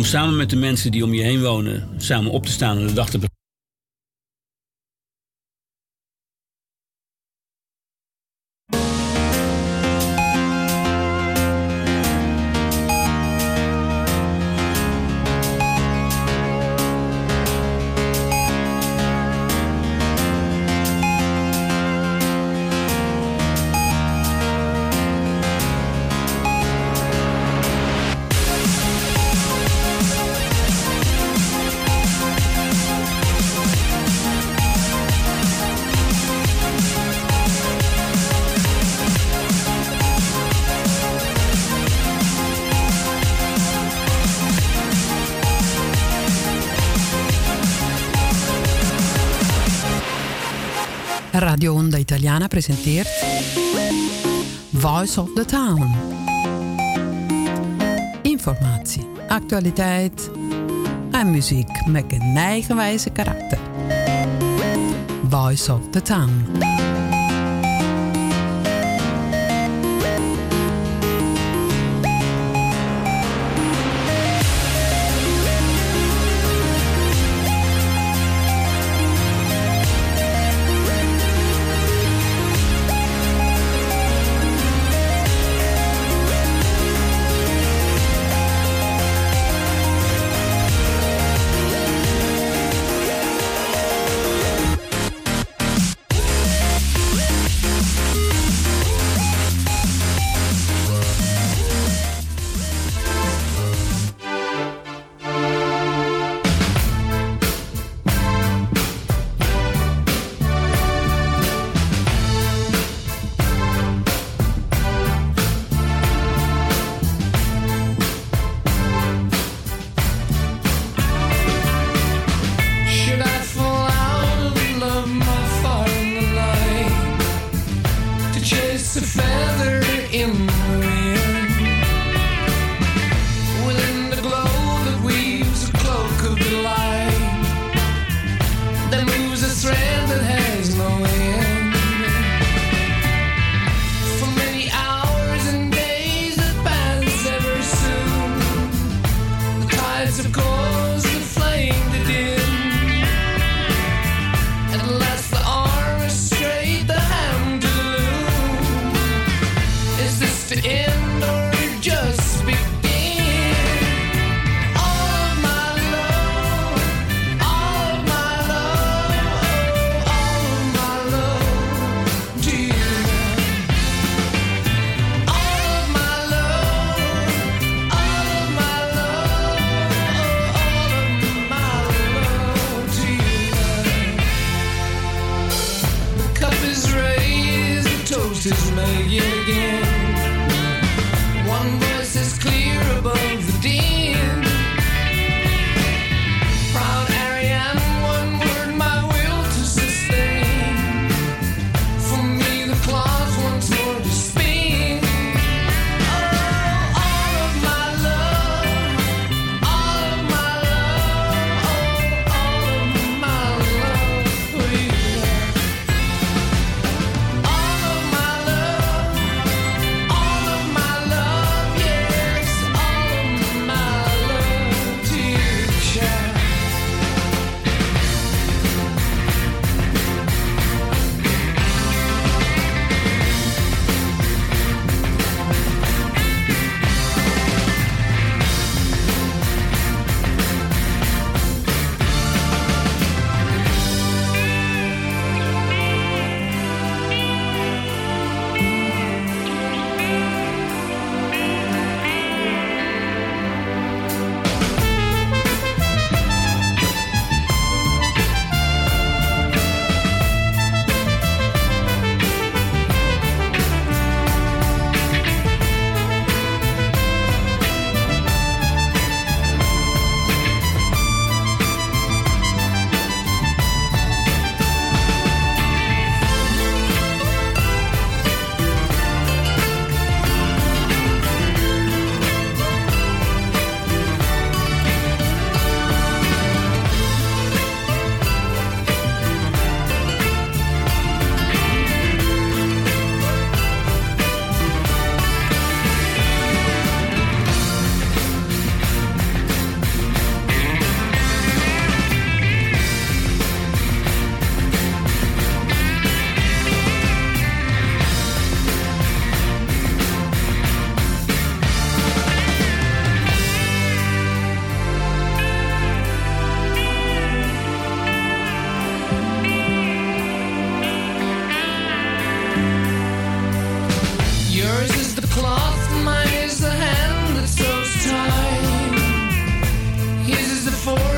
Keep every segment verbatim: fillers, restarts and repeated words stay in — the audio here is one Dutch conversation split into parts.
samen met de mensen die om je heen wonen, samen op te staan en de dag te beginnen. Radio Onda Italiana presenteert Voice of the Town. Informatie, actualiteit en muziek met een eigenwijze karakter. Voice of the Town. All of my love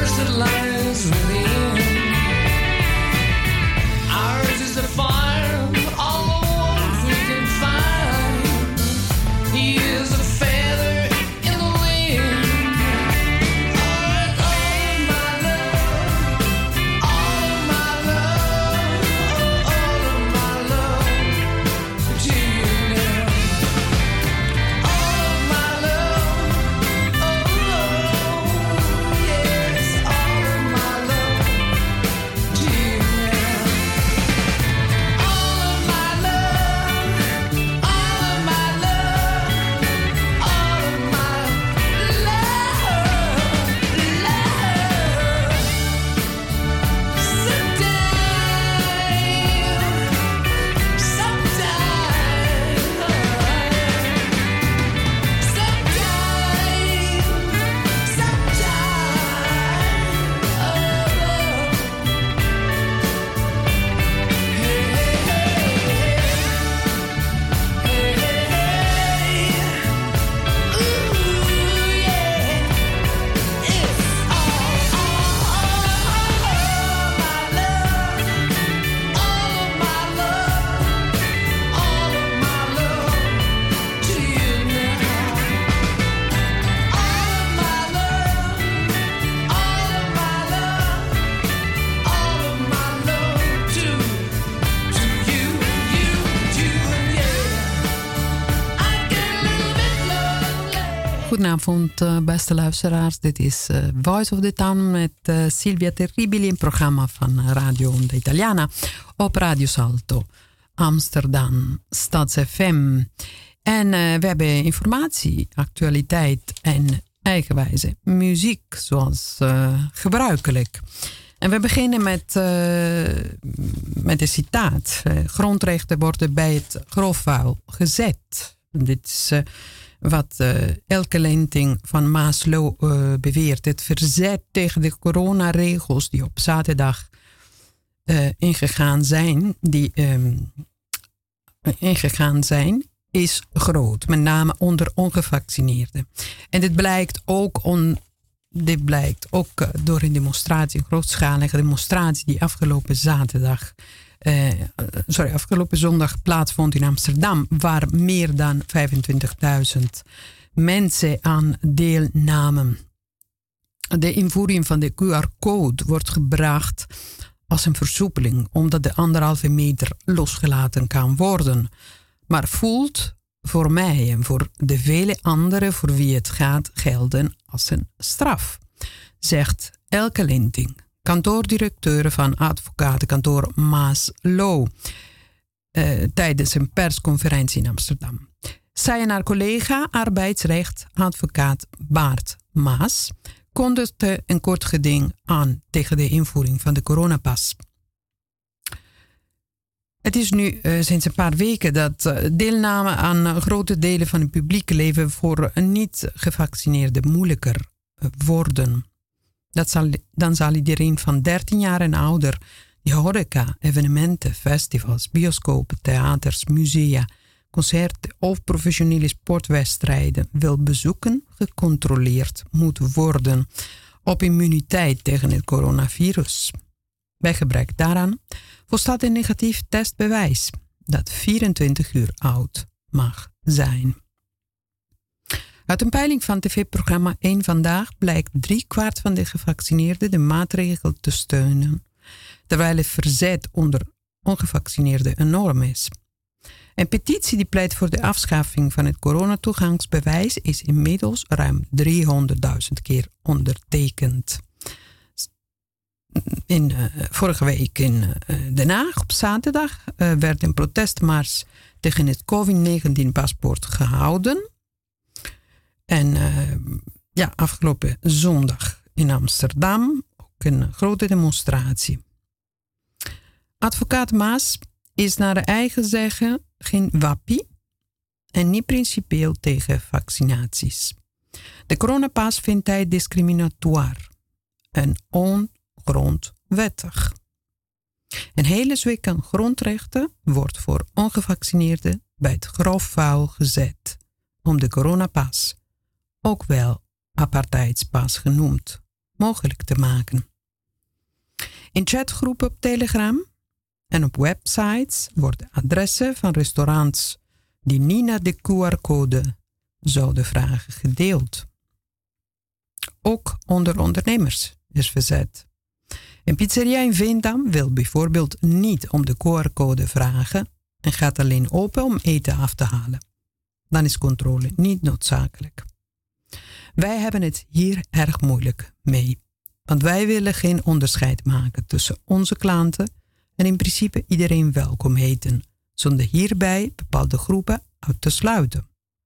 Goedenavond, beste luisteraars. Dit is uh, Voice of the Town met uh, Silvia Terribili, een programma van Radio Onda Italiana op Radio Salto, Amsterdam, Stads F M. En uh, we hebben informatie, actualiteit en eigenwijze muziek, zoals uh, gebruikelijk. En we beginnen met, uh, met een citaat. Uh, grondrechten worden bij het grofvuil gezet. Dit is uh, wat uh, Elke Lenting van Maaslo uh, beweert. Het verzet tegen de coronaregels die op zaterdag uh, ingegaan zijn, die um, ingegaan zijn, is groot. Met name onder ongevaccineerden. En dit blijkt ook on, dit blijkt ook uh, door een demonstratie, een grootschalige demonstratie die afgelopen zaterdag Uh, sorry, afgelopen zondag plaatsvond in Amsterdam, waar meer dan vijfentwintigduizend mensen aan deelnamen. De invoering van de Q R-code wordt gebracht als een versoepeling, omdat de anderhalve meter losgelaten kan worden. Maar voelt voor mij en voor de vele anderen voor wie het gaat gelden als een straf, zegt Elke Lenting, kantoordirecteur van advocatenkantoor Maaslo, uh, tijdens een persconferentie in Amsterdam. Zij en haar collega arbeidsrechtadvocaat Baart Maas kondigde een kort geding aan tegen de invoering van de coronapas. Het is nu uh, sinds een paar weken dat uh, deelname aan uh, grote delen van het publieke leven voor een niet-gevaccineerde moeilijker uh, worden. Dat zal, dan zal iedereen van dertien jaar en ouder die horeca, evenementen, festivals, bioscopen, theaters, musea, concerten of professionele sportwedstrijden wil bezoeken, gecontroleerd moet worden op immuniteit tegen het coronavirus. Bij gebrek daaraan volstaat een negatief testbewijs dat vierentwintig uur oud mag zijn. Uit een peiling van tv-programma één Vandaag blijkt driekwart van de gevaccineerden de maatregel te steunen, terwijl het verzet onder ongevaccineerden enorm is. Een petitie die pleit voor de afschaffing van het coronatoegangsbewijs is inmiddels ruim driehonderdduizend keer ondertekend. In, uh, vorige week in uh, Den Haag op zaterdag uh, werd een protestmars tegen het covid negentien paspoort gehouden. En uh, ja, afgelopen zondag in Amsterdam ook een grote demonstratie. Advocaat Maas is naar eigen zeggen geen wappie en niet principieel tegen vaccinaties. De coronapas vindt hij discriminatoire en ongrondwettig. Een hele zwik aan grondrechten wordt voor ongevaccineerden bij het grofvuil gezet om de coronapas, ook wel apartheidspas genoemd, mogelijk te maken. In chatgroepen op Telegram en op websites worden adressen van restaurants die niet naar de Q R-code zouden vragen gedeeld. Ook onder ondernemers is verzet. Een pizzeria in Veendam wil bijvoorbeeld niet om de Q R-code vragen en gaat alleen open om eten af te halen. Dan is controle niet noodzakelijk. Wij hebben het hier erg moeilijk mee, want wij willen geen onderscheid maken tussen onze klanten en in principe iedereen welkom heten, zonder hierbij bepaalde groepen uit te sluiten.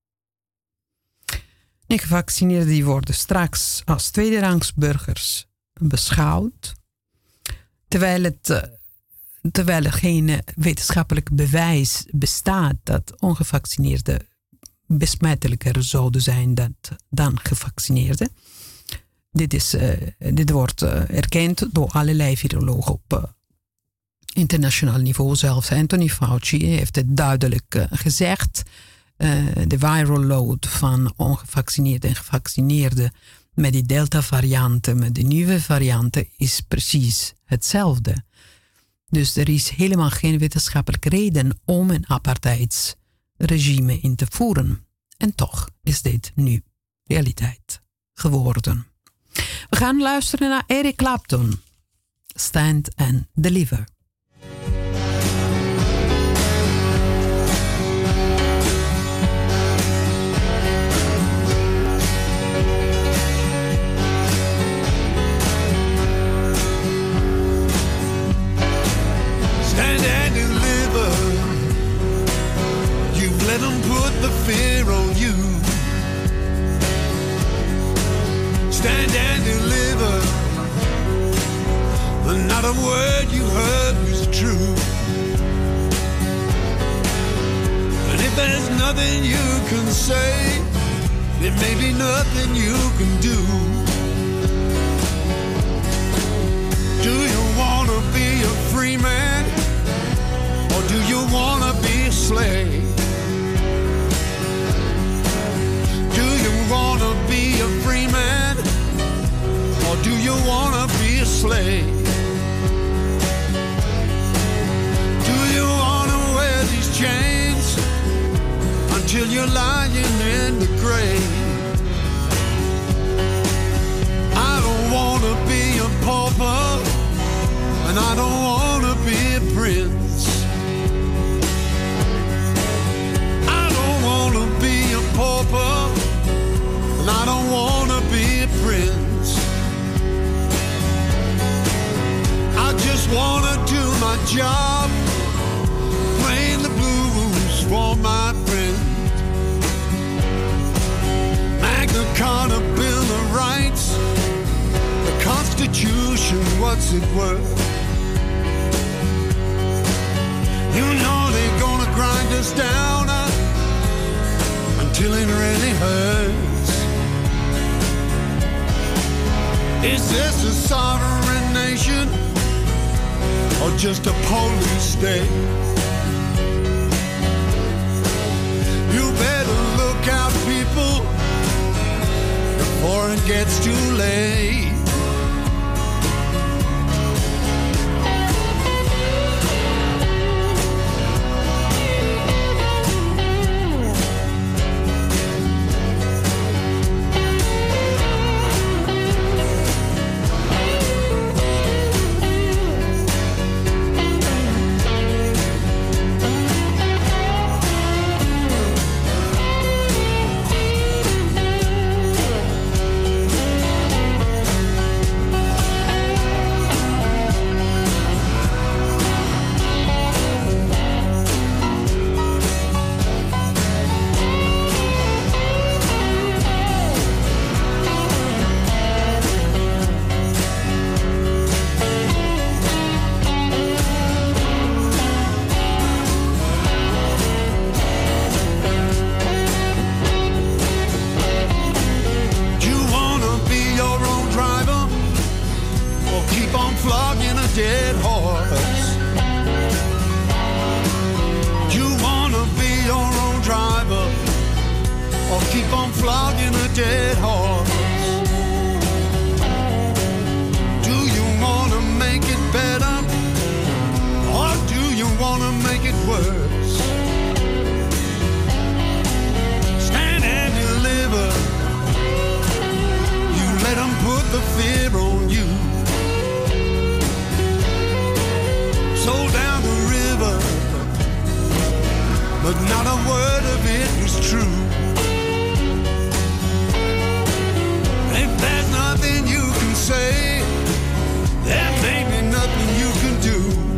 Niet-gevaccineerden die worden straks als tweederangsburgers beschouwd, terwijl, het, terwijl er geen wetenschappelijk bewijs bestaat dat ongevaccineerden besmettelijker zouden zijn dan, dan gevaccineerden. Dit, is, uh, dit wordt uh, erkend door allerlei virologen op uh, internationaal niveau. Zelfs Anthony Fauci heeft het duidelijk uh, gezegd. Uh, de viral load van ongevaccineerden en gevaccineerden met die delta-varianten, met de nieuwe varianten, is precies hetzelfde. Dus er is helemaal geen wetenschappelijke reden om een apartheidsregime in te voeren. En toch is dit nu realiteit geworden. We gaan luisteren naar Eric Clapton. Stand and Deliver. Stand and deliver. You've let them put the fear on you. Stand and deliver. Not a word you heard was true. And if there's nothing you can say, there may be nothing you can do. Do you want to be a free man? Or do you want to be a slave? Do you want to be a free man? Or do you want to be a slave? Do you want to wear these chains until you're lying in the grave? I don't want to be a pauper, and I don't want to be a prince. I don't want to be a pauper, and I don't want to be a prince. I just want to do my job, playing the blues for my friend. Magna Carta, Bill of Rights, the Constitution, what's it worth? You know they're gonna grind us down uh, until it really hurts. Is this a sovereign nation or just a police state? You better look out, people, before it gets too late. true. If there's nothing you can say, there may be nothing you can do.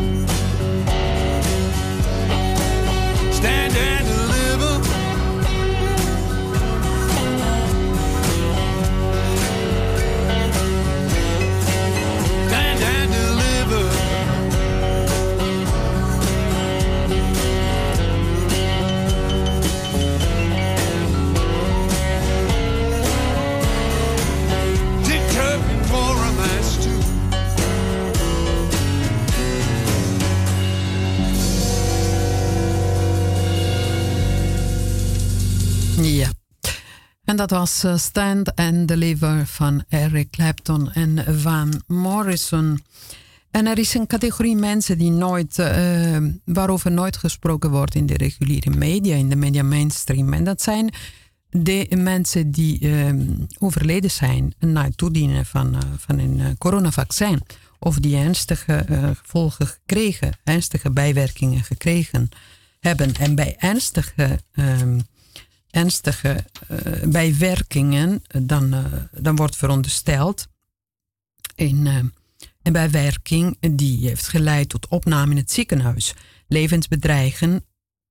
Stand and deliver. Stand and deliver. Determined for romance too. Ja, en dat was uh, Stand and Deliver van Eric Clapton en Van Morrison. En er is een categorie mensen die nooit, uh, waarover nooit gesproken wordt in de reguliere media, in de media mainstream. En dat zijn de mensen die uh, overleden zijn na het toedienen van, uh, van een uh, coronavaccin. Of die ernstige uh, gevolgen gekregen, ernstige bijwerkingen gekregen hebben. En bij ernstige... Uh, ernstige uh, bijwerkingen, dan, uh, dan wordt verondersteld in uh, een bijwerking die heeft geleid tot opname in het ziekenhuis, levensbedreigen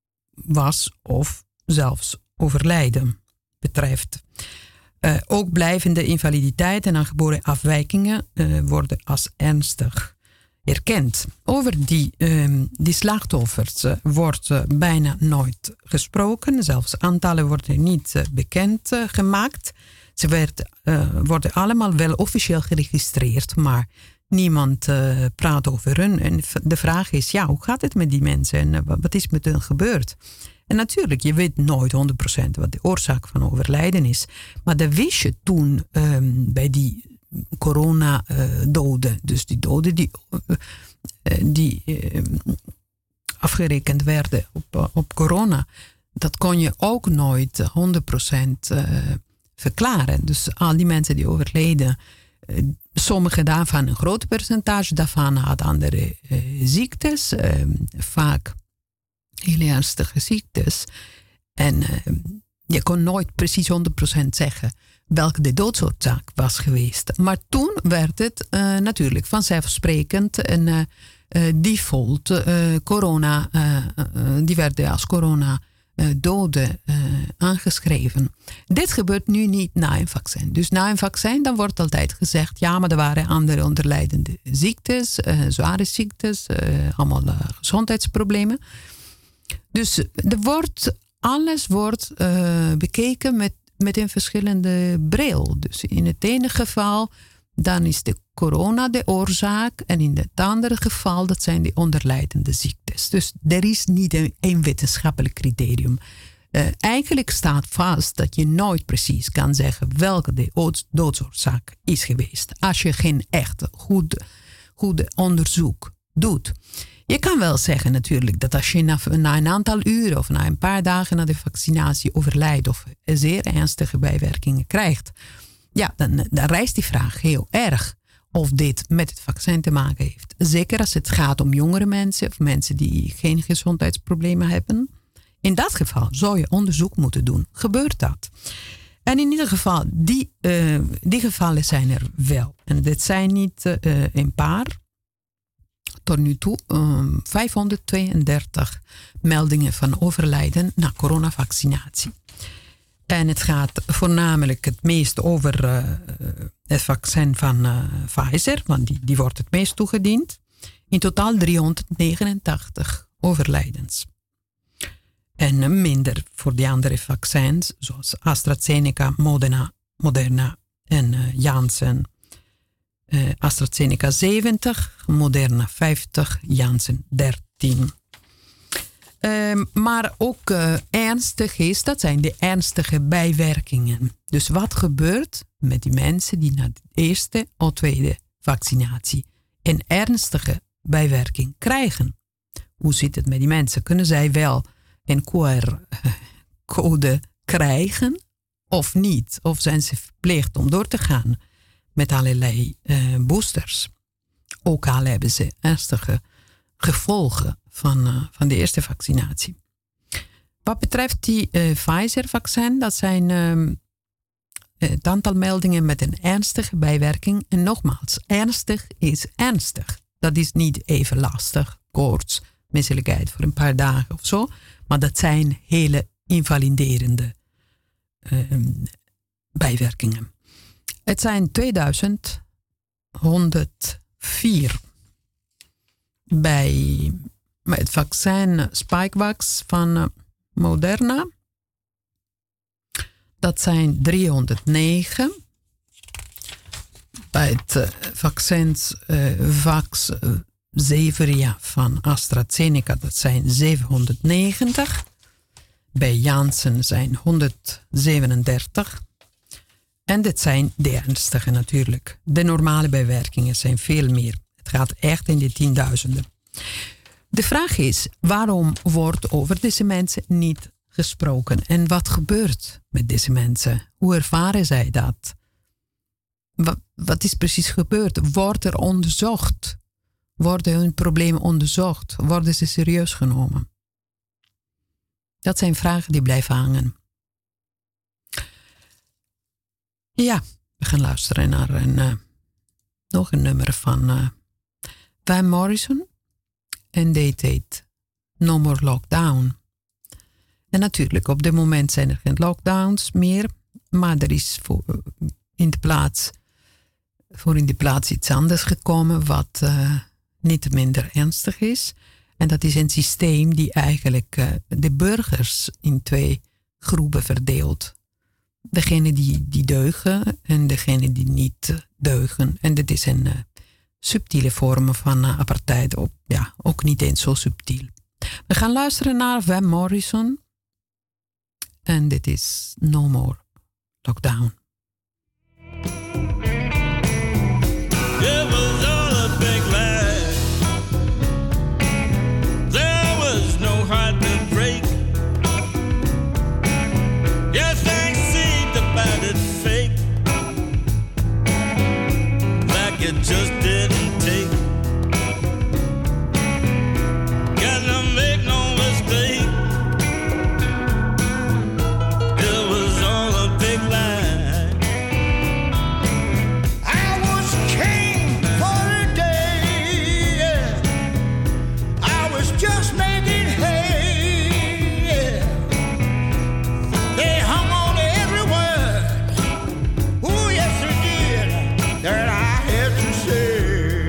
was of zelfs overlijden betreft. Uh, ook blijvende invaliditeit en aangeboren afwijkingen uh, worden als ernstig erkend. Over die, um, die slachtoffers uh, wordt uh, bijna nooit gesproken. Zelfs aantallen worden niet uh, bekend uh, gemaakt. Ze werd, uh, worden allemaal wel officieel geregistreerd, maar niemand uh, praat over hun. En de vraag is, ja, hoe gaat het met die mensen en uh, wat is met hun gebeurd? En natuurlijk, je weet nooit honderd procent wat de oorzaak van overlijden is. Maar dat wist je toen um, bij die corona-doden. Uh, dus die doden die, uh, die uh, afgerekend werden op, uh, op corona. Dat kon je ook nooit honderd procent uh, verklaren. Dus al die mensen die overleden, uh, sommige daarvan, een groot percentage daarvan hadden andere uh, ziektes. Uh, vaak heel ernstige ziektes. En uh, je kon nooit precies honderd procent zeggen welke de doodsoorzaak was geweest. Maar toen werd het uh, natuurlijk vanzelfsprekend een uh, uh, default uh, corona, uh, uh, die werden als corona uh, doden uh, aangeschreven. Dit gebeurt nu niet na een vaccin. Dus na een vaccin dan wordt altijd gezegd, ja, maar er waren andere onderlijdende ziektes, uh, zware ziektes, uh, allemaal uh, gezondheidsproblemen. Dus er wordt, alles wordt uh, bekeken met met een verschillende bril. Dus in het ene geval, dan is de corona de oorzaak. En in het andere geval, dat zijn de onderlijdende ziektes. Dus er is niet een, een wetenschappelijk criterium. Uh, eigenlijk staat vast dat je nooit precies kan zeggen welke de doodsoorzaak is geweest. Als je geen echt goed, goed onderzoek doet. Je kan wel zeggen natuurlijk dat als je na, na een aantal uren of na een paar dagen na de vaccinatie overlijdt of zeer ernstige bijwerkingen krijgt, ja, dan, dan rijst die vraag heel erg of dit met het vaccin te maken heeft. Zeker als het gaat om jongere mensen of mensen die geen gezondheidsproblemen hebben. In dat geval zou je onderzoek moeten doen. Gebeurt dat? En in ieder geval, die, uh, die gevallen zijn er wel. En dit zijn niet uh, een paar. Tot nu toe um, vijfhonderdtweeëndertig meldingen van overlijden na coronavaccinatie. En het gaat voornamelijk het meest over uh, het vaccin van uh, Pfizer, want die, die wordt het meest toegediend. In totaal driehonderdnegenentachtig overlijdens. En uh, minder voor die andere vaccins, zoals AstraZeneca, Moderna, Moderna en uh, Janssen. Uh, AstraZeneca zeventig, Moderna vijftig, Janssen dertien. Uh, maar ook uh, ernstig is, dat zijn de ernstige bijwerkingen. Dus wat gebeurt met die mensen die na de eerste of tweede vaccinatie een ernstige bijwerking krijgen? Hoe zit het met die mensen? Kunnen zij wel een Q R-code krijgen of niet? Of zijn ze verplicht om door te gaan met allerlei uh, boosters? Ook al hebben ze ernstige gevolgen van, uh, van de eerste vaccinatie. Wat betreft die uh, Pfizer-vaccin, dat zijn uh, het aantal meldingen met een ernstige bijwerking. En nogmaals, ernstig is ernstig. Dat is niet even lastig, koorts, misselijkheid voor een paar dagen of zo. Maar dat zijn hele invaliderende uh, bijwerkingen. Het zijn tweeduizend honderdvier bij het vaccin Spikevax van uh, Moderna. Dat zijn driehonderdnegen. Bij het uh, vaccin uh, Vax uh, Zeveria van AstraZeneca, dat zijn zevenhonderdnegentig. Bij Janssen zijn honderdzevenendertig. En dit zijn de ernstige natuurlijk. De normale bijwerkingen zijn veel meer. Het gaat echt in de tienduizenden. De vraag is, waarom wordt over deze mensen niet gesproken? En wat gebeurt met deze mensen? Hoe ervaren zij dat? Wat, wat is precies gebeurd? Wordt er onderzocht? Worden hun problemen onderzocht? Worden ze serieus genomen? Dat zijn vragen die blijven hangen. Ja, we gaan luisteren naar een, uh, nog een nummer van uh, Van Morrison. En dit heet No More Lockdown. En natuurlijk, op dit moment zijn er geen lockdowns meer. Maar er is voor, uh, in de plaats, voor in de plaats iets anders gekomen wat uh, niet minder ernstig is. En dat is een systeem die eigenlijk uh, de burgers in twee groepen verdeelt. Degene die, die deugen en degene die niet deugen. En dit is een uh, subtiele vorm van uh, apartheid. Op, ja, ook niet eens zo subtiel. We gaan luisteren naar Van Morrison. En dit is No More Lockdown. It was all a big lie. There was no heart to break. Yes, things seemed about it fake. Like it just didn't take. Gotta make no mistake. It was all a big lie. Just making hay, yeah. They hung on to every word. Oh, yes, they did. That I had to say.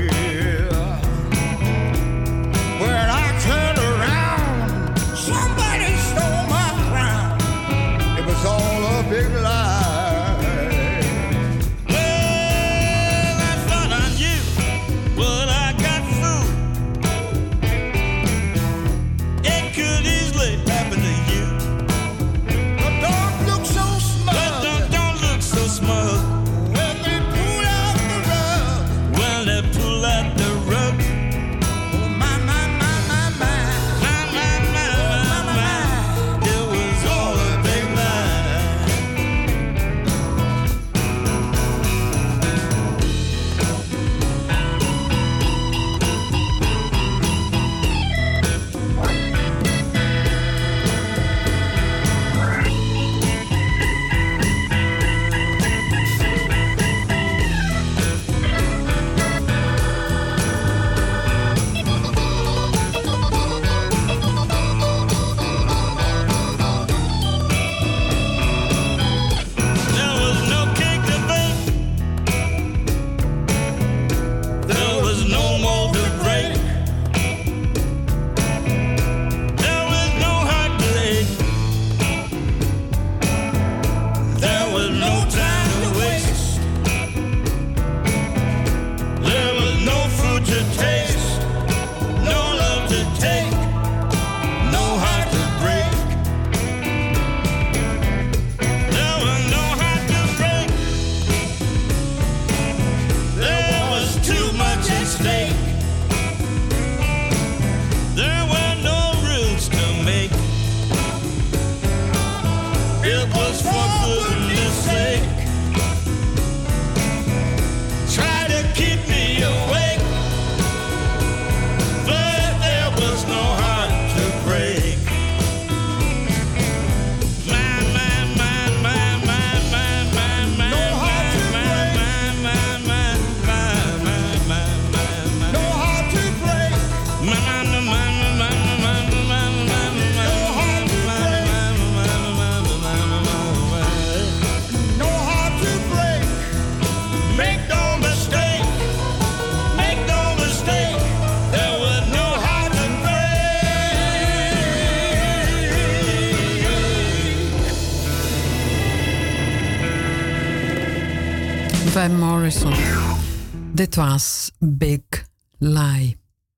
Van Morrison. Dit was Big Lie.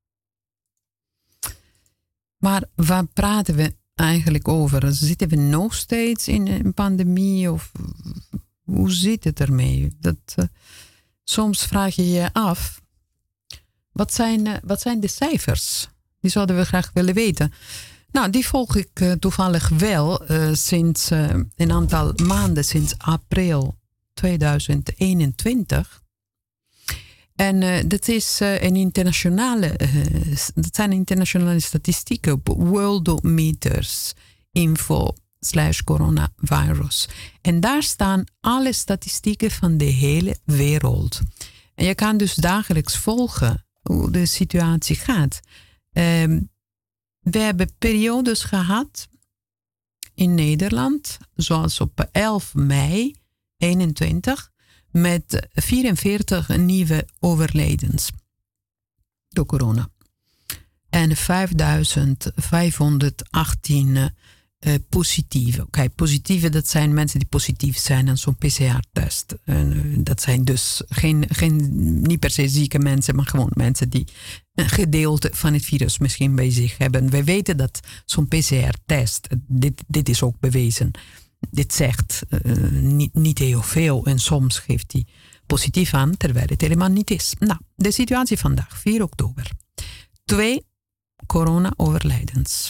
Maar waar praten we eigenlijk over? Zitten we nog steeds in een pandemie? Of hoe zit het ermee? Dat, uh, soms vraag je je af, wat zijn, uh, wat zijn de cijfers? Die zouden we graag willen weten. Nou, die volg ik uh, toevallig wel uh, sinds uh, een aantal maanden, sinds april tweeduizend eenentwintig. En uh, dat, is, uh, een internationale, uh, dat zijn internationale statistieken op Worldometers info slash coronavirus. En daar staan alle statistieken van de hele wereld. En je kan dus dagelijks volgen hoe de situatie gaat. Uh, we hebben periodes gehad in Nederland, zoals op elf mei eenentwintig, met vierenveertig nieuwe overledens door corona. En vijfduizend vijfhonderdachttien uh, positieve. Oké, okay, positieve, dat zijn mensen die positief zijn aan zo'n P C R-test. Uh, dat zijn dus geen, geen, niet per se zieke mensen, maar gewoon mensen die een gedeelte van het virus misschien bij zich hebben. We weten dat zo'n P C R-test, dit, dit is ook bewezen, dit zegt uh, niet, niet heel veel en soms geeft hij positief aan, terwijl het helemaal niet is. Nou, de situatie vandaag, vier oktober. Twee corona-overlijdens.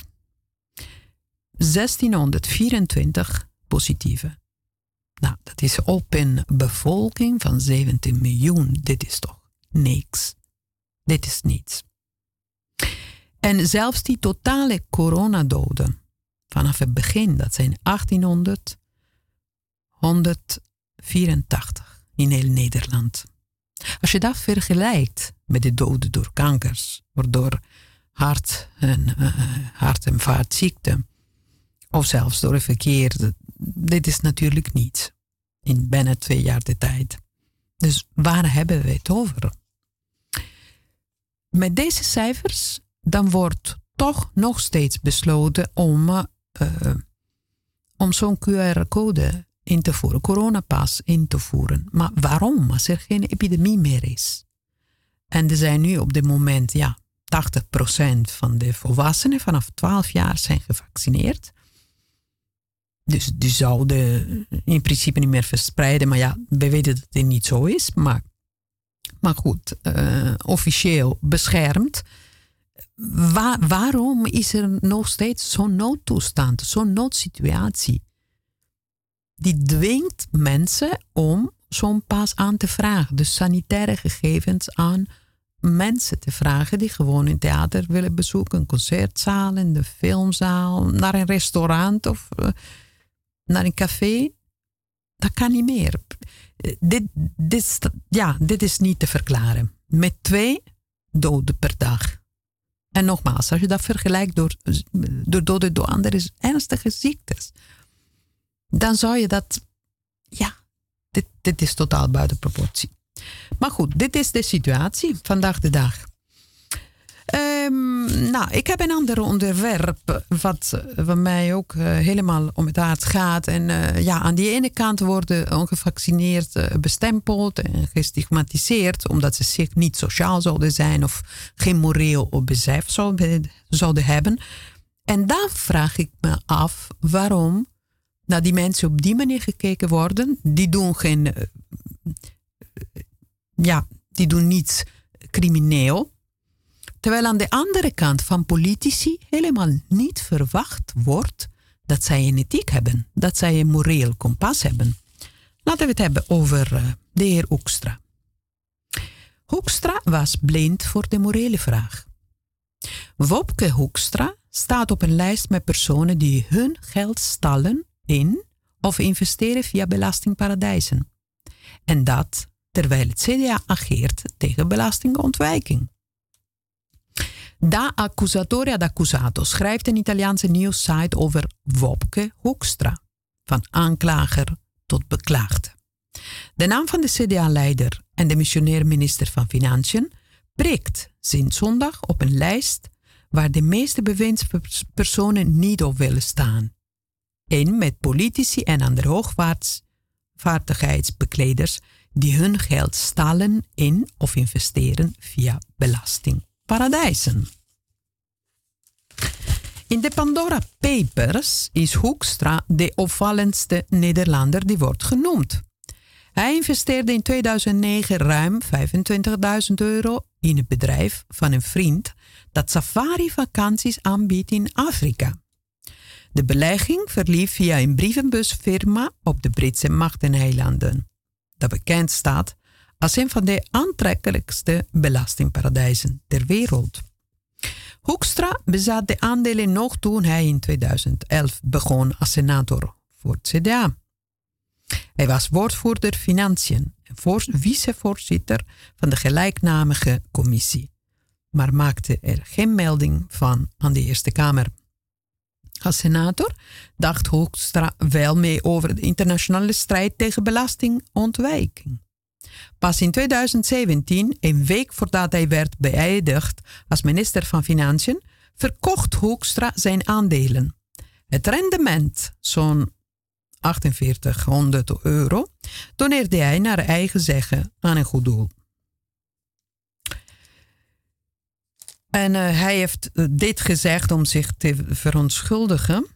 zestienhonderdvierentwintig positieve. Nou, dat is op een bevolking van zeventien miljoen. Dit is toch niks. Dit is niets. En zelfs die totale coronadoden vanaf het begin, dat zijn achttienhonderd honderdvierentachtig in heel Nederland. Als je dat vergelijkt met de doden door kankers, door hart- en, uh, hart- en vaatziekten, of zelfs door een verkeer, dit is natuurlijk niets. In bijna twee jaar de tijd. Dus waar hebben we het over? Met deze cijfers, dan wordt toch nog steeds besloten om, uh, om zo'n Q R-code in te voeren, coronapas in te voeren. Maar waarom? Als er geen epidemie meer is. En er zijn nu op dit moment, ja, tachtig procent van de volwassenen vanaf twaalf jaar zijn gevaccineerd. Dus die zouden in principe niet meer verspreiden. Maar ja, we weten dat het niet zo is. Maar, maar goed, uh, officieel beschermd. Waar, waarom is er nog steeds zo'n noodtoestand, zo'n noodsituatie? Die dwingt mensen om zo'n pas aan te vragen. Dus sanitaire gegevens aan mensen te vragen die gewoon een theater willen bezoeken, een concertzaal, in de filmzaal, naar een restaurant of uh, naar een café. Dat kan niet meer. Dit, dit, ja, dit is niet te verklaren. Met twee doden per dag. En nogmaals, als je dat vergelijkt door, door doden door andere ernstige ziektes, dan zou je dat, ja, dit, dit is totaal buiten proportie. Maar goed, dit is de situatie vandaag de dag. Um, nou, ik heb een ander onderwerp wat, wat mij ook uh, helemaal om het hart gaat. En uh, ja, aan die ene kant worden ongevaccineerd uh, bestempeld en gestigmatiseerd, omdat ze zich niet sociaal zouden zijn of geen moreel besef zouden, zouden hebben. En dan vraag ik me af waarom naar die mensen op die manier gekeken worden. Die doen geen, uh, ja, die doen niets crimineel. Terwijl aan de andere kant van politici helemaal niet verwacht wordt dat zij een ethiek hebben. Dat zij een moreel kompas hebben. Laten we het hebben over uh, de heer Hoekstra. Hoekstra was blind voor de morele vraag. Wopke Hoekstra staat op een lijst met personen die hun geld stallen in of investeren via belastingparadijzen. En dat terwijl het C D A ageert tegen belastingontwijking. Da Accusatoria d'Accusato schrijft een Italiaanse nieuwssite over Wopke Hoekstra, van aanklager tot beklaagde. De naam van de C D A-leider en de missionair minister van Financiën prikt sinds zondag op een lijst waar de meeste bewindspersonen niet op willen staan. En met politici en andere hoogvaardigheidsbekleders die hun geld stalen in of investeren via belastingparadijzen. In de Pandora Papers is Hoekstra de opvallendste Nederlander die wordt genoemd. Hij investeerde in tweeduizend negen ruim vijfentwintigduizend euro in het bedrijf van een vriend dat safari-vakanties aanbiedt in Afrika. De belegging verliep via een brievenbusfirma op de Britse Machteneilanden, dat bekend staat als een van de aantrekkelijkste belastingparadijzen ter wereld. Hoekstra bezat de aandelen nog toen hij in tweeduizend elf begon als senator voor het C D A. Hij was woordvoerder Financiën en vicevoorzitter van de gelijknamige commissie, maar maakte er geen melding van aan de Eerste Kamer. Als senator dacht Hoekstra wel mee over de internationale strijd tegen belastingontwijking. Pas in tweeduizend zeventien, een week voordat hij werd beëdigd als minister van Financiën, verkocht Hoekstra zijn aandelen. Het rendement, zo'n achtenveertighonderd euro, doneerde hij naar eigen zeggen aan een goed doel. En uh, hij heeft dit gezegd om zich te verontschuldigen.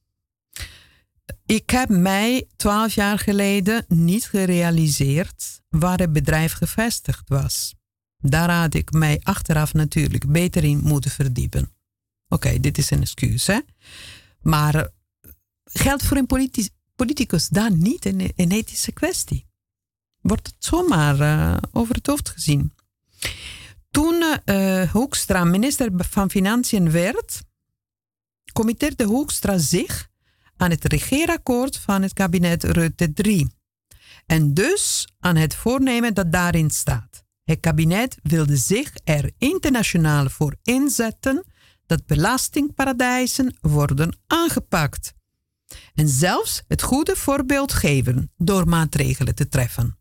Ik heb mij twaalf jaar geleden niet gerealiseerd waar het bedrijf gevestigd was. Daar had ik mij achteraf natuurlijk beter in moeten verdiepen. Oké, okay, dit is een excuus, hè. Maar uh, geldt voor een politi- politicus dan niet een, een ethische kwestie? Wordt het zomaar uh, over het hoofd gezien? Toen uh, Hoekstra minister van Financiën werd, committeerde Hoekstra zich aan het regeerakkoord van het kabinet Rutte drie. En dus aan het voornemen dat daarin staat. Het kabinet wilde zich er internationaal voor inzetten dat belastingparadijzen worden aangepakt. En zelfs het goede voorbeeld geven door maatregelen te treffen.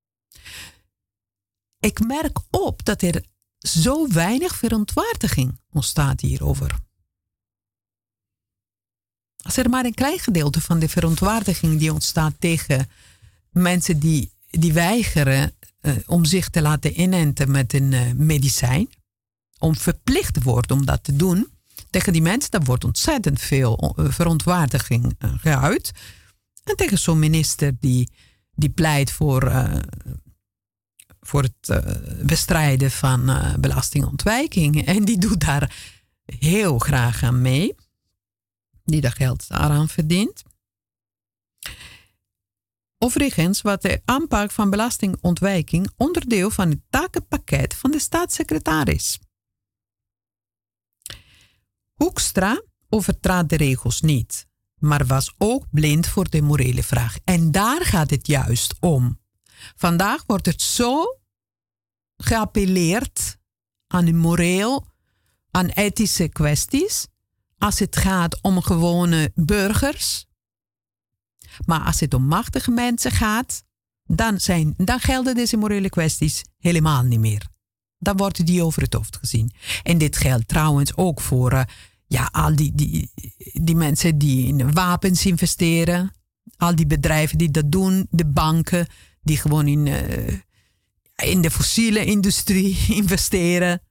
Ik merk op dat er zo weinig verontwaardiging ontstaat hierover. Als er maar een klein gedeelte van de verontwaardiging die ontstaat tegen mensen die, die weigeren uh, om zich te laten inenten met een uh, medicijn, om verplicht wordt om dat te doen, tegen die mensen, daar wordt ontzettend veel uh, verontwaardiging uh, geuit. En tegen zo'n minister die, die pleit voor, uh, voor het uh, bestrijden van uh, belastingontwijking. En die doet daar heel graag aan mee. Die dat geld daaraan verdient. Overigens was de aanpak van belastingontwijking onderdeel van het takenpakket van de staatssecretaris. Hoekstra overtrad de regels niet, maar was ook blind voor de morele vraag. En daar gaat het juist om. Vandaag wordt het zo geappelleerd aan de moreel, aan ethische kwesties, als het gaat om gewone burgers. Maar als het om machtige mensen gaat, dan, zijn, dan gelden deze morele kwesties helemaal niet meer. Dan worden die over het hoofd gezien. En dit geldt trouwens ook voor uh, ja, al die, die, die mensen die in wapens investeren. Al die bedrijven die dat doen. De banken die gewoon in, uh, in de fossiele industrie investeren.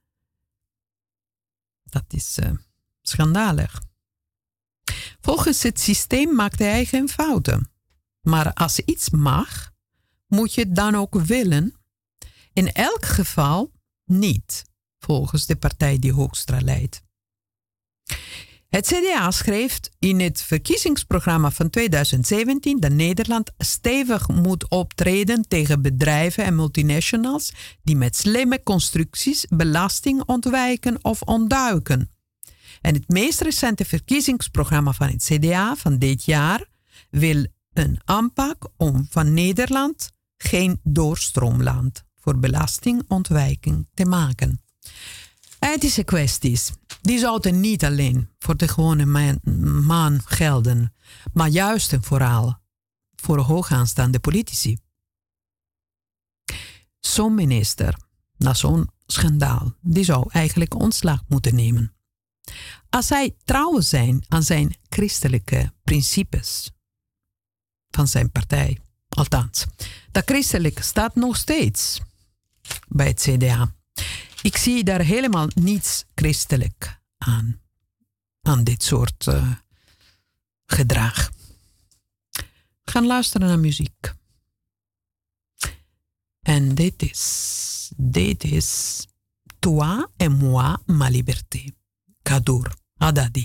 Dat is uh, schandalig. Volgens het systeem maakt hij geen fouten. Maar als iets mag, moet je het dan ook willen. In elk geval niet, volgens de partij die Hoekstra leidt. Het C D A schreef in het verkiezingsprogramma van tweeduizend zeventien dat Nederland stevig moet optreden tegen bedrijven en multinationals die met slimme constructies belasting ontwijken of ontduiken. En het meest recente verkiezingsprogramma van het C D A van dit jaar wil een aanpak om van Nederland geen doorstroomland voor belastingontwijking te maken. Ethische kwesties, die zouden niet alleen voor de gewone man, man gelden, maar juist en vooral voor hoogaanstaande politici. Zo'n minister, na zo'n schandaal, die zou eigenlijk ontslag moeten nemen. Als hij trouw zijn aan zijn christelijke principes van zijn partij, Althans, dat christelijk staat nog steeds bij het C D A. Ik zie daar helemaal niets christelijk aan. Aan dit soort uh, gedrag. We gaan luisteren naar muziek. En dit is, dit is Toi et moi, ma liberté. Kadour Haddadi.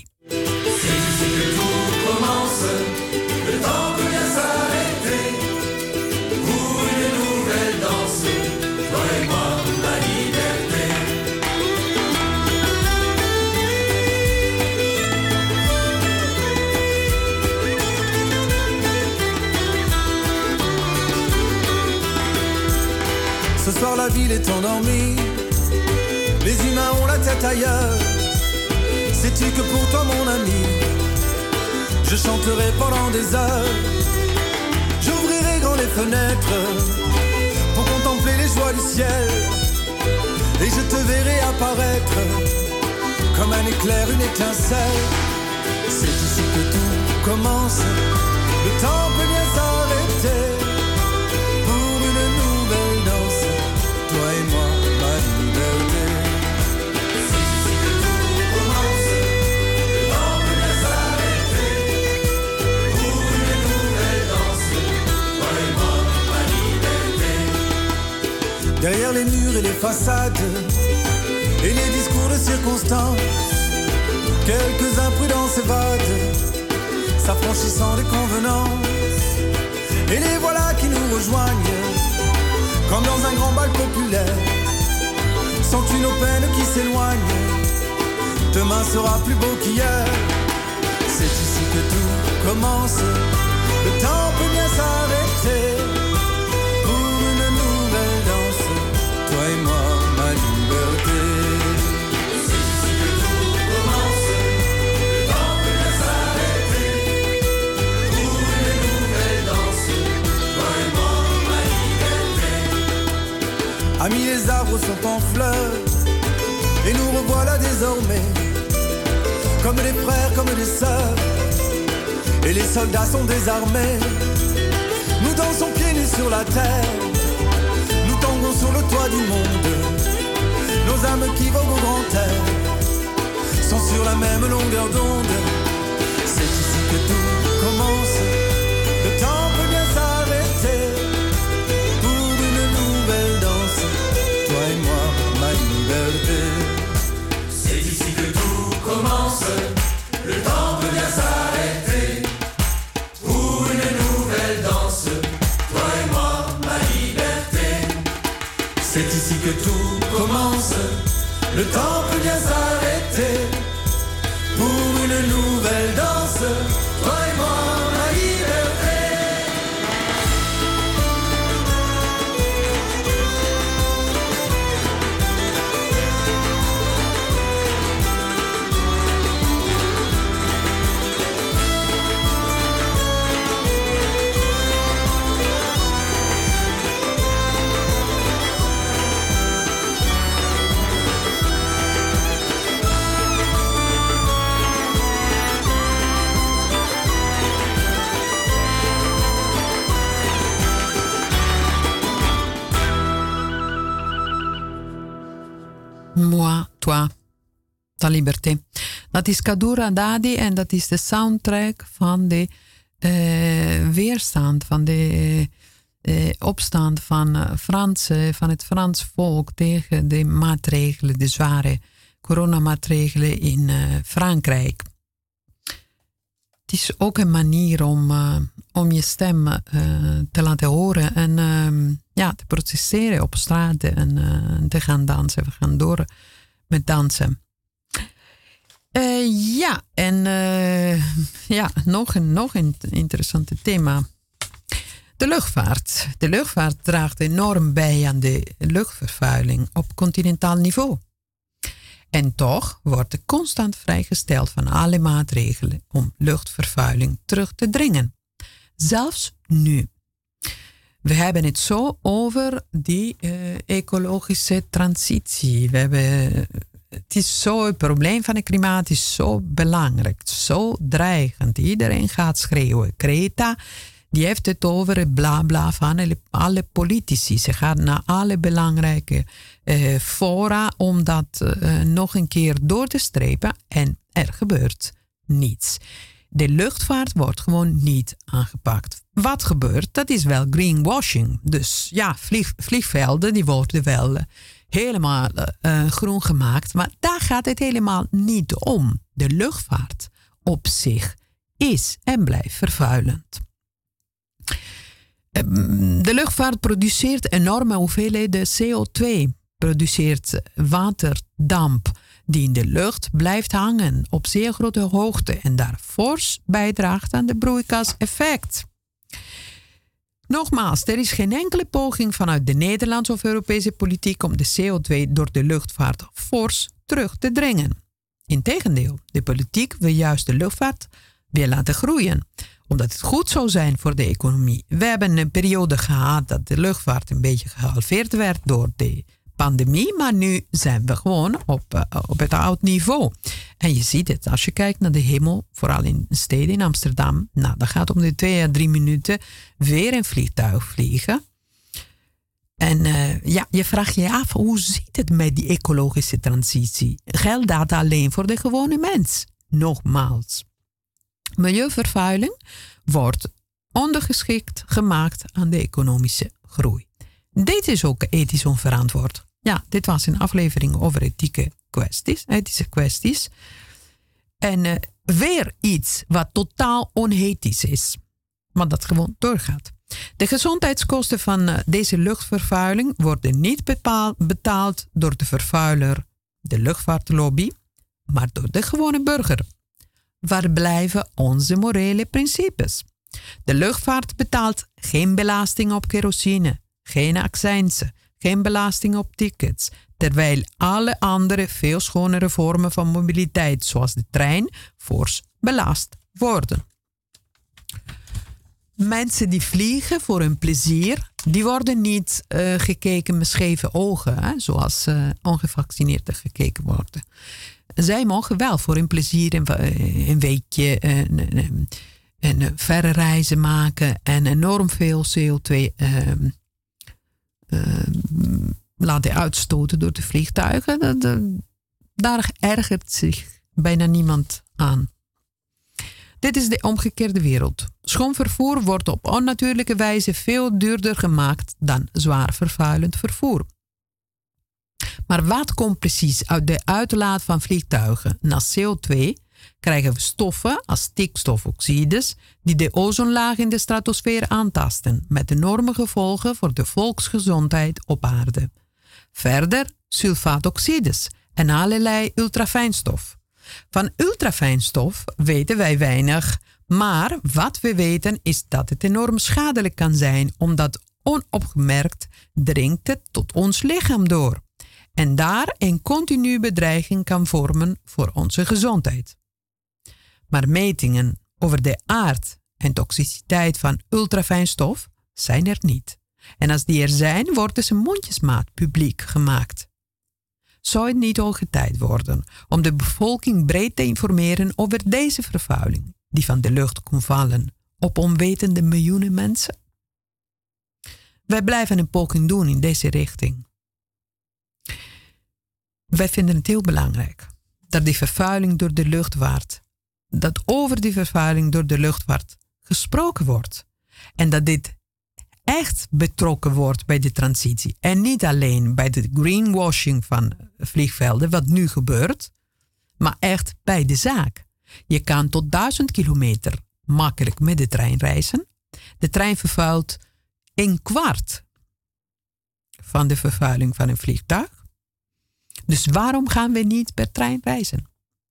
Ce soir la ville est endormie, les humains ont la tête ailleurs. Sais-tu que pour toi mon ami, je chanterai pendant des heures. J'ouvrirai grand les fenêtres pour contempler les joies du ciel. Et je te verrai apparaître comme un éclair, une étincelle. C'est ici que tout commence, le temps peut bien s'arrêter. Toi et moi, ma liberté. C'est ici que tout commence, le temps peut bien s'arrêter. Pour une nouvelle danse, toi et moi, ma liberté. Derrière les murs et les façades, et les discours de circonstance, quelques imprudents s'évadent, s'affranchissant des convenances. Et les voilà qui nous rejoignent, comme dans un grand bal populaire. Sens-tu nos peines qui s'éloignent? Demain sera plus beau qu'hier. C'est ici que tout commence, le temps peut bien s'arrêter. Pour une nouvelle danse, toi et moi, ma liberté. C'est ici que tout commence, le temps peut bien s'arrêter. Pour une nouvelle danse, toi et moi. Amis, les arbres sont en fleurs, et nous revoilà désormais, comme des frères, comme des sœurs, et les soldats sont désarmés. Nous dansons pieds nus sur la terre, nous tanguons sur le toit du monde. Nos âmes qui voguent au grand air sont sur la même longueur d'onde. C'est ici que tout commence, le temps peut bien s'arrêter. Toi et moi, ma liberté. C'est ici que tout commence, le temps peut bien s'arrêter. Pour une nouvelle danse, toi et moi, ma liberté. C'est ici que tout commence, le temps peut bien s'arrêter. Pour une nouvelle danse, toi et moi, ma liberté. Moi, toi, ta liberté. Dat is Kadour Haddadi en dat is de soundtrack van de uh, weerstand, van de uh, opstand van, uh, Franse, van het Frans volk tegen de maatregelen, de zware coronamaatregelen in uh, Frankrijk. Het is ook een manier om, uh, om je stem uh, te laten horen en uh, ja, te protesteren op straat en uh, te gaan dansen. We gaan door met dansen. Uh, ja, en uh, ja, nog een, nog een interessante thema. De luchtvaart. De luchtvaart draagt enorm bij aan de luchtvervuiling op continentaal niveau. En toch wordt er constant vrijgesteld van alle maatregelen om luchtvervuiling terug te dringen. Zelfs nu. We hebben het zo over die uh, ecologische transitie. We hebben, het is zo, het probleem van het klimaat is zo belangrijk, zo dreigend. Iedereen gaat schreeuwen. Greta, Die heeft het over het bla bla van alle, alle politici. Ze gaat naar alle belangrijke uh, fora om dat uh, nog een keer door te strepen. En er gebeurt niets. De luchtvaart wordt gewoon niet aangepakt. Wat gebeurt? Dat is wel greenwashing. Dus ja, vlieg, vliegvelden die worden wel uh, helemaal uh, groen gemaakt. Maar daar gaat het helemaal niet om. De luchtvaart op zich is en blijft vervuilend. De luchtvaart produceert enorme hoeveelheden C O twee. Produceert waterdamp die in de lucht blijft hangen op zeer grote hoogte en daar fors bijdraagt aan de broeikaseffect. Nogmaals, er is geen enkele poging vanuit de Nederlandse of Europese politiek om de C O twee door de luchtvaart fors terug te dringen. Integendeel, de politiek wil juist de luchtvaart weer laten groeien, omdat het goed zou zijn voor de economie. We hebben een periode gehad dat de luchtvaart een beetje gehalveerd werd door de pandemie, maar nu zijn we gewoon op, uh, op het oud niveau. En je ziet het, als je kijkt naar de hemel, vooral in steden, in Amsterdam, nou, dan gaat om de twee à drie minuten weer een vliegtuig vliegen. En uh, ja, je vraagt je af, hoe zit het met die ecologische transitie? Geldt dat alleen voor de gewone mens? Nogmaals. Milieuvervuiling wordt ondergeschikt gemaakt aan de economische groei. Dit is ook ethisch onverantwoord. Ja, dit was een aflevering over ethieke kwesties, ethische kwesties. En uh, weer iets wat totaal onethisch is, maar dat gewoon doorgaat. De gezondheidskosten van uh, deze luchtvervuiling worden niet bepaal, betaald door de vervuiler, de luchtvaartlobby, maar door de gewone burger. Waar blijven onze morele principes? De luchtvaart betaalt geen belasting op kerosine, geen accijnsen, geen belasting op tickets, terwijl alle andere veel schonere vormen van mobiliteit, zoals de trein, fors belast worden. Mensen die vliegen voor hun plezier, die worden niet uh, gekeken met scheve ogen, hè, zoals uh, ongevaccineerden gekeken worden. Zij mogen wel voor hun plezier een, een weekje een, een, een verre reizen maken en enorm veel C O twee uh, uh, laten uitstoten door de vliegtuigen. Dat, dat, daar ergert zich bijna niemand aan. Dit is de omgekeerde wereld. Schoon vervoer wordt op onnatuurlijke wijze veel duurder gemaakt dan zwaar vervuilend vervoer. Maar wat komt precies uit de uitlaat van vliegtuigen naar C O twee? Krijgen we stoffen als stikstofoxides die de ozonlaag in de stratosfeer aantasten, met enorme gevolgen voor de volksgezondheid op aarde. Verder sulfaatoxides en allerlei ultrafijnstof. Van ultrafijnstof weten wij weinig, maar wat we weten is dat het enorm schadelijk kan zijn, omdat onopgemerkt dringt het tot ons lichaam door. En daar een continue bedreiging kan vormen voor onze gezondheid. Maar metingen over de aard en toxiciteit van ultrafijnstof zijn er niet. En als die er zijn, worden ze mondjesmaat publiek gemaakt. Zou het niet hoge tijd worden om de bevolking breed te informeren over deze vervuiling, die van de lucht kon vallen op onwetende miljoenen mensen? Wij blijven een poging doen in deze richting. Wij vinden het heel belangrijk dat die vervuiling door de luchtvaart, dat over die vervuiling door de luchtvaart gesproken wordt. En dat dit echt betrokken wordt bij de transitie. En niet alleen bij de greenwashing van vliegvelden, wat nu gebeurt, maar echt bij de zaak. Je kan tot duizend kilometer makkelijk met de trein reizen. De trein vervuilt een kwart van de vervuiling van een vliegtuig. Dus waarom gaan we niet per trein reizen?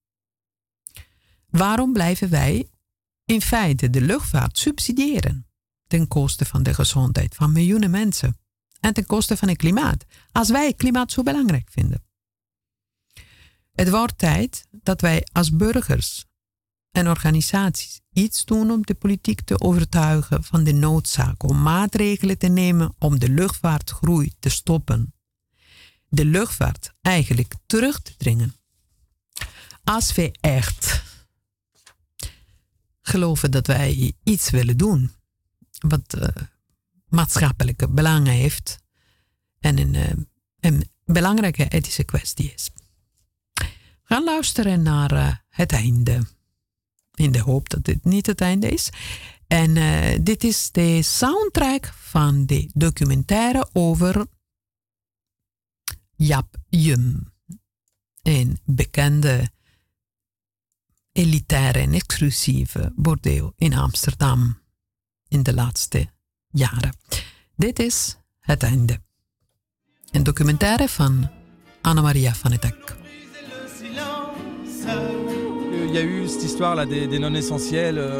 Waarom blijven wij in feite de luchtvaart subsidiëren ten koste van de gezondheid van miljoenen mensen en ten koste van het klimaat, als wij het klimaat zo belangrijk vinden? Het wordt tijd dat wij als burgers en organisaties iets doen om de politiek te overtuigen van de noodzaak om maatregelen te nemen om de luchtvaartgroei te stoppen. De luchtvaart eigenlijk terug te dringen. Als we echt geloven dat wij iets willen doen wat uh, maatschappelijke belangen heeft en een, uh, een belangrijke ethische kwestie is. We gaan luisteren naar uh, het einde. In de hoop dat dit niet het einde is. En uh, dit is de soundtrack van de documentaire over Jaap Jum. Een bekende elitaire en exclusieve bordeel in Amsterdam in de laatste jaren. Dit is het einde. Een documentaire van Anna-Maria van het Hek. Il y a eu cette histoire là des, des non essentiels. Euh...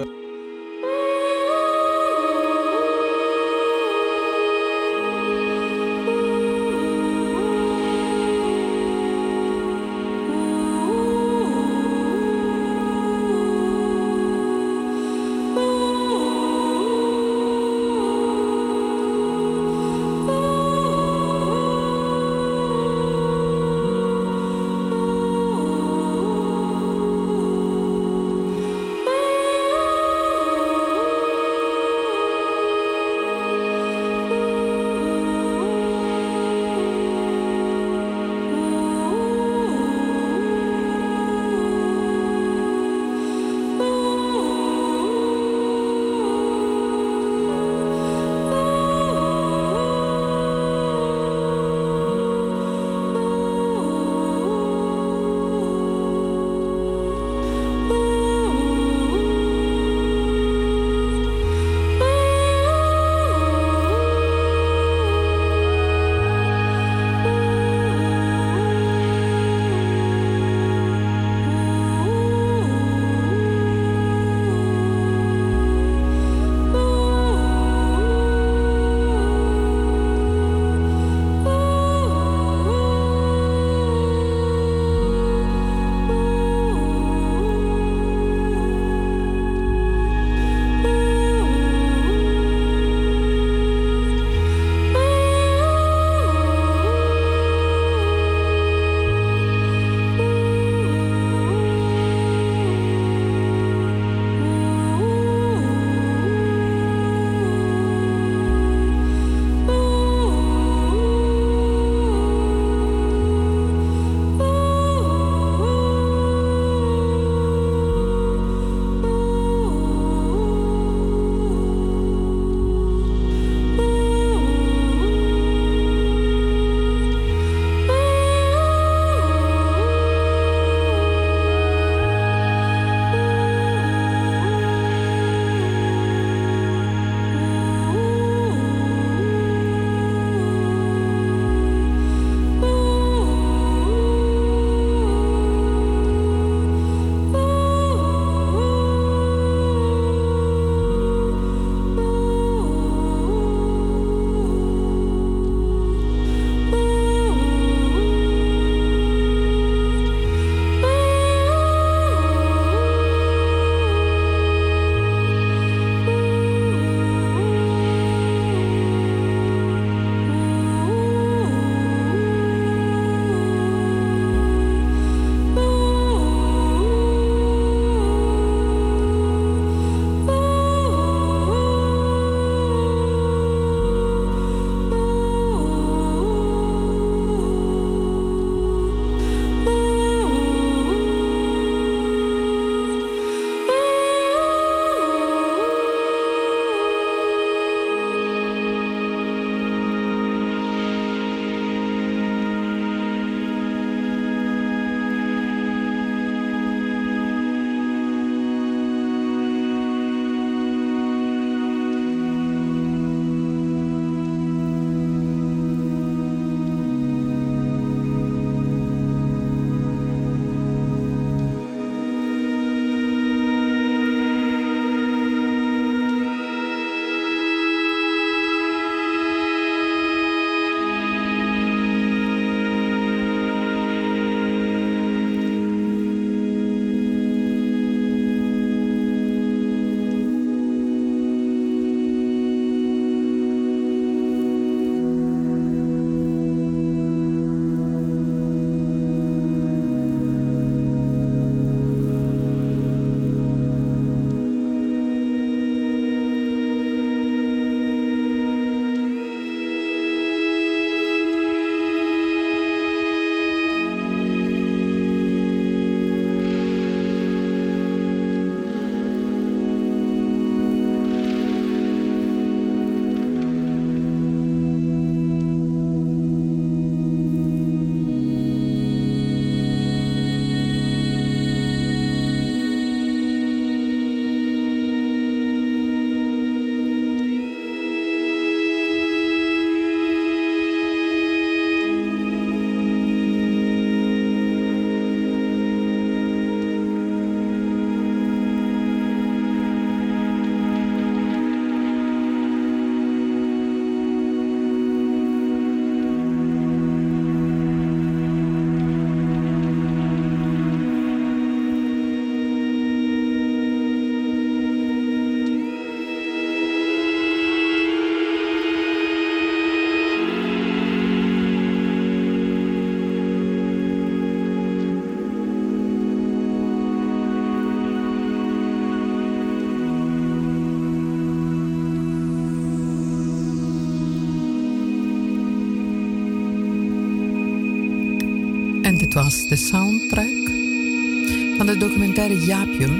was de soundtrack van de documentaire Jaapje.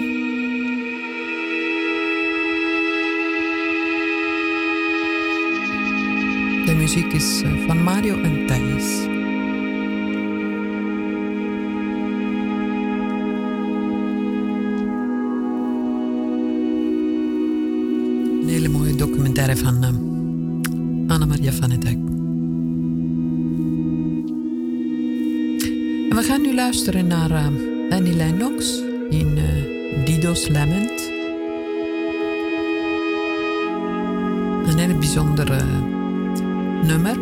De muziek is van Mario en Thijs. Een hele mooie documentaire van uh, Anna-Maria van het Hek. En we gaan nu luisteren naar uh, Annie Lennox in uh, Dido's Lament. Een hele bijzondere uh, nummer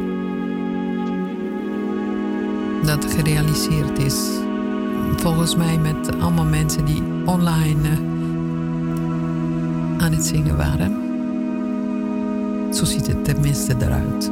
dat gerealiseerd is volgens mij met allemaal mensen die online uh, aan het zingen waren. Zo ziet het tenminste eruit.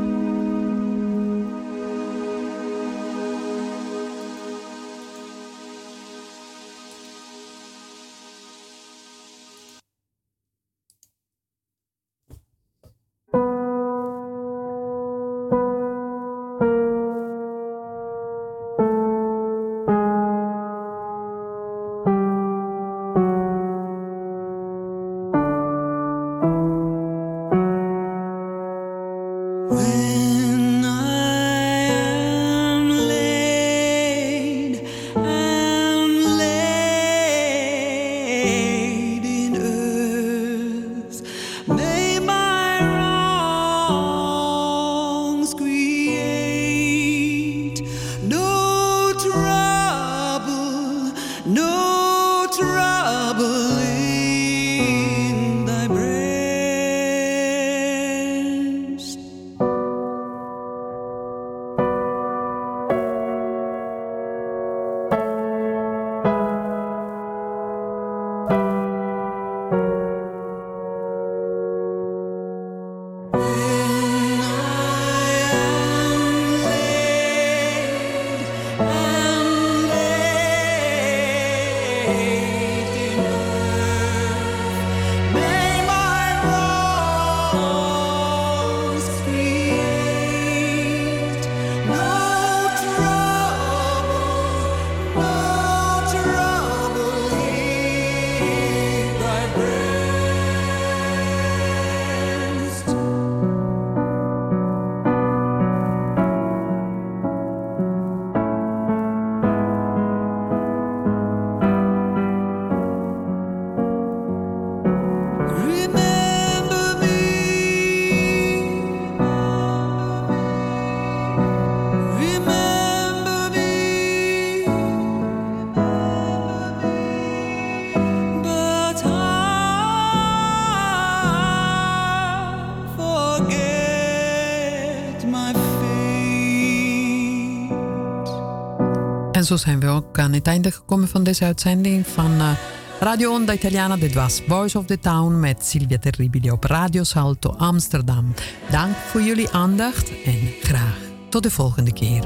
En zo zijn we ook aan het einde gekomen van deze uitzending van uh, Radio Onda Italiana. Dit was Voice of the Town met Silvia Terribili op Radio Salto Amsterdam. Dank voor jullie aandacht en graag tot de volgende keer.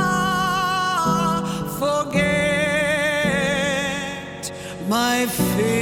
My fear